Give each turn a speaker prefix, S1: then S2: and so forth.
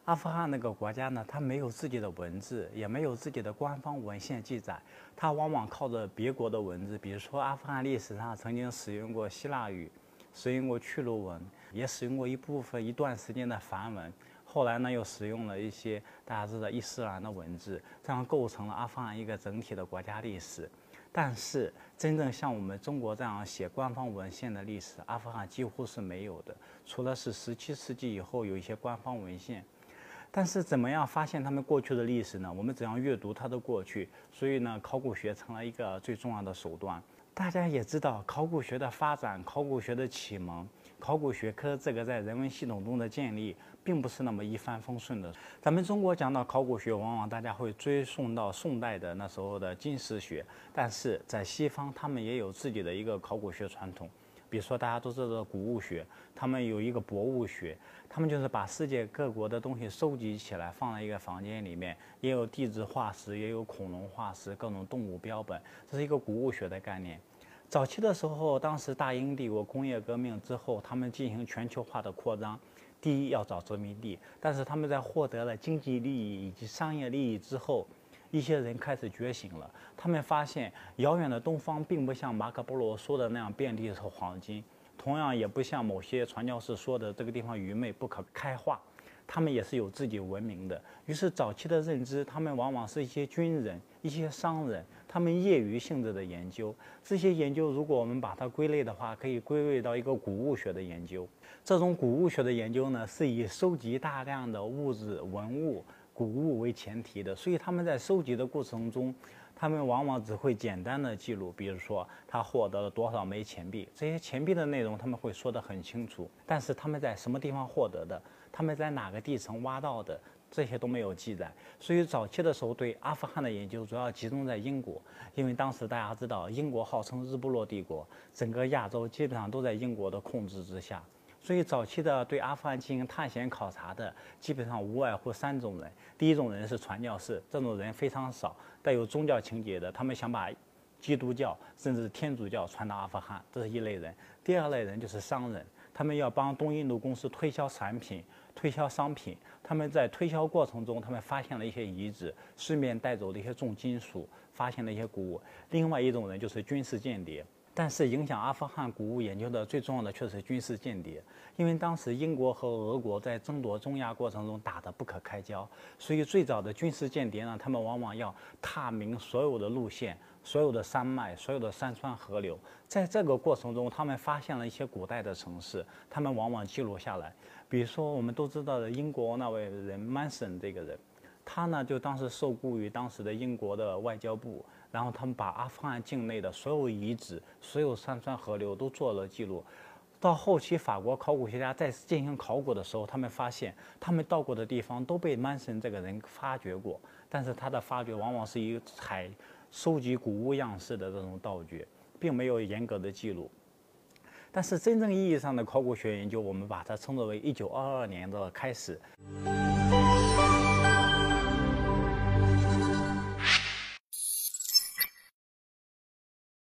S1: 阿富汗那个国家呢，它没有自己的文字，也没有自己的官方文献记载，它往往靠着别国的文字，比如说阿富汗历史上曾经使用过希腊语，使用过去卢文，也使用过一段时间的梵文。后来呢，又使用了一些大家知道伊斯兰的文字，这样构成了阿富汗一个整体的国家历史。但是，真正像我们中国这样写官方文献的历史，阿富汗几乎是没有的，除了是17世纪以后有一些官方文献。但是怎么样发现他们过去的历史呢？我们怎样阅读它的过去？所以呢，考古学成了一个最重要的手段。大家也知道，考古学的发展、考古学的启蒙、考古学科这个在人文系统中的建立，并不是那么一帆风顺的。咱们中国讲到考古学，往往大家会追溯到宋代的那时候的金石学，但是在西方，他们也有自己的一个考古学传统。比如说，大家都知道的古物学，他们有一个博物学，他们就是把世界各国的东西收集起来，放在一个房间里面，也有地质化石，也有恐龙化石，各种动物标本，这是一个古物学的概念。早期的时候，当时大英帝国工业革命之后，他们进行全球化的扩张，第一要找殖民地，但是他们在获得了经济利益以及商业利益之后，一些人开始觉醒了，他们发现遥远的东方并不像马可波罗说的那样遍地是黄金，同样也不像某些传教士说的这个地方愚昧不可开化，他们也是有自己文明的。于是早期的认知，他们往往是一些军人、一些商人，他们业余性质的研究。这些研究如果我们把它归类的话，可以归类到一个古物学的研究。这种古物学的研究呢，是以收集大量的物质文物古物为前提的，所以他们在收集的过程中，他们往往只会简单的记录，比如说他获得了多少枚钱币，这些钱币的内容他们会说得很清楚，但是他们在什么地方获得的，他们在哪个地层挖到的，这些都没有记载。所以早期的时候对阿富汗的研究主要集中在英国，因为当时大家知道英国号称日不落帝国，整个亚洲基本上都在英国的控制之下。所以早期的对阿富汗进行探险考察的，基本上无外乎3种人。第一种人是传教士，这种人非常少，带有宗教情节的，他们想把基督教甚至天主教传到阿富汗，这是一类人。第二类人就是商人，他们要帮东印度公司推销产品、推销商品。他们在推销过程中，他们发现了一些遗址，顺便带走了一些重金属，发现了一些古物。另外一种人就是军事间谍。但是影响阿富汗古物研究的最重要的却是军事间谍，因为当时英国和俄国在争夺中亚过程中打得不可开交，所以最早的军事间谍呢，他们往往要踏明所有的路线、所有的山脉、所有的山川河流，在这个过程中，他们发现了一些古代的城市，他们往往记录下来。比如说我们都知道的英国那位人曼森这个人。他呢，就当时受雇于当时的英国的外交部，然后他们把阿富汗境内的所有遗址、所有山川河流都做了记录。到后期，法国考古学家再次进行考古的时候，他们发现他们到过的地方都被曼森这个人发掘过，但是他的发掘往往是以收集古物样式的这种盗掘，并没有严格的记录。但是真正意义上的考古学研究，我们把它称作为1922年的开始。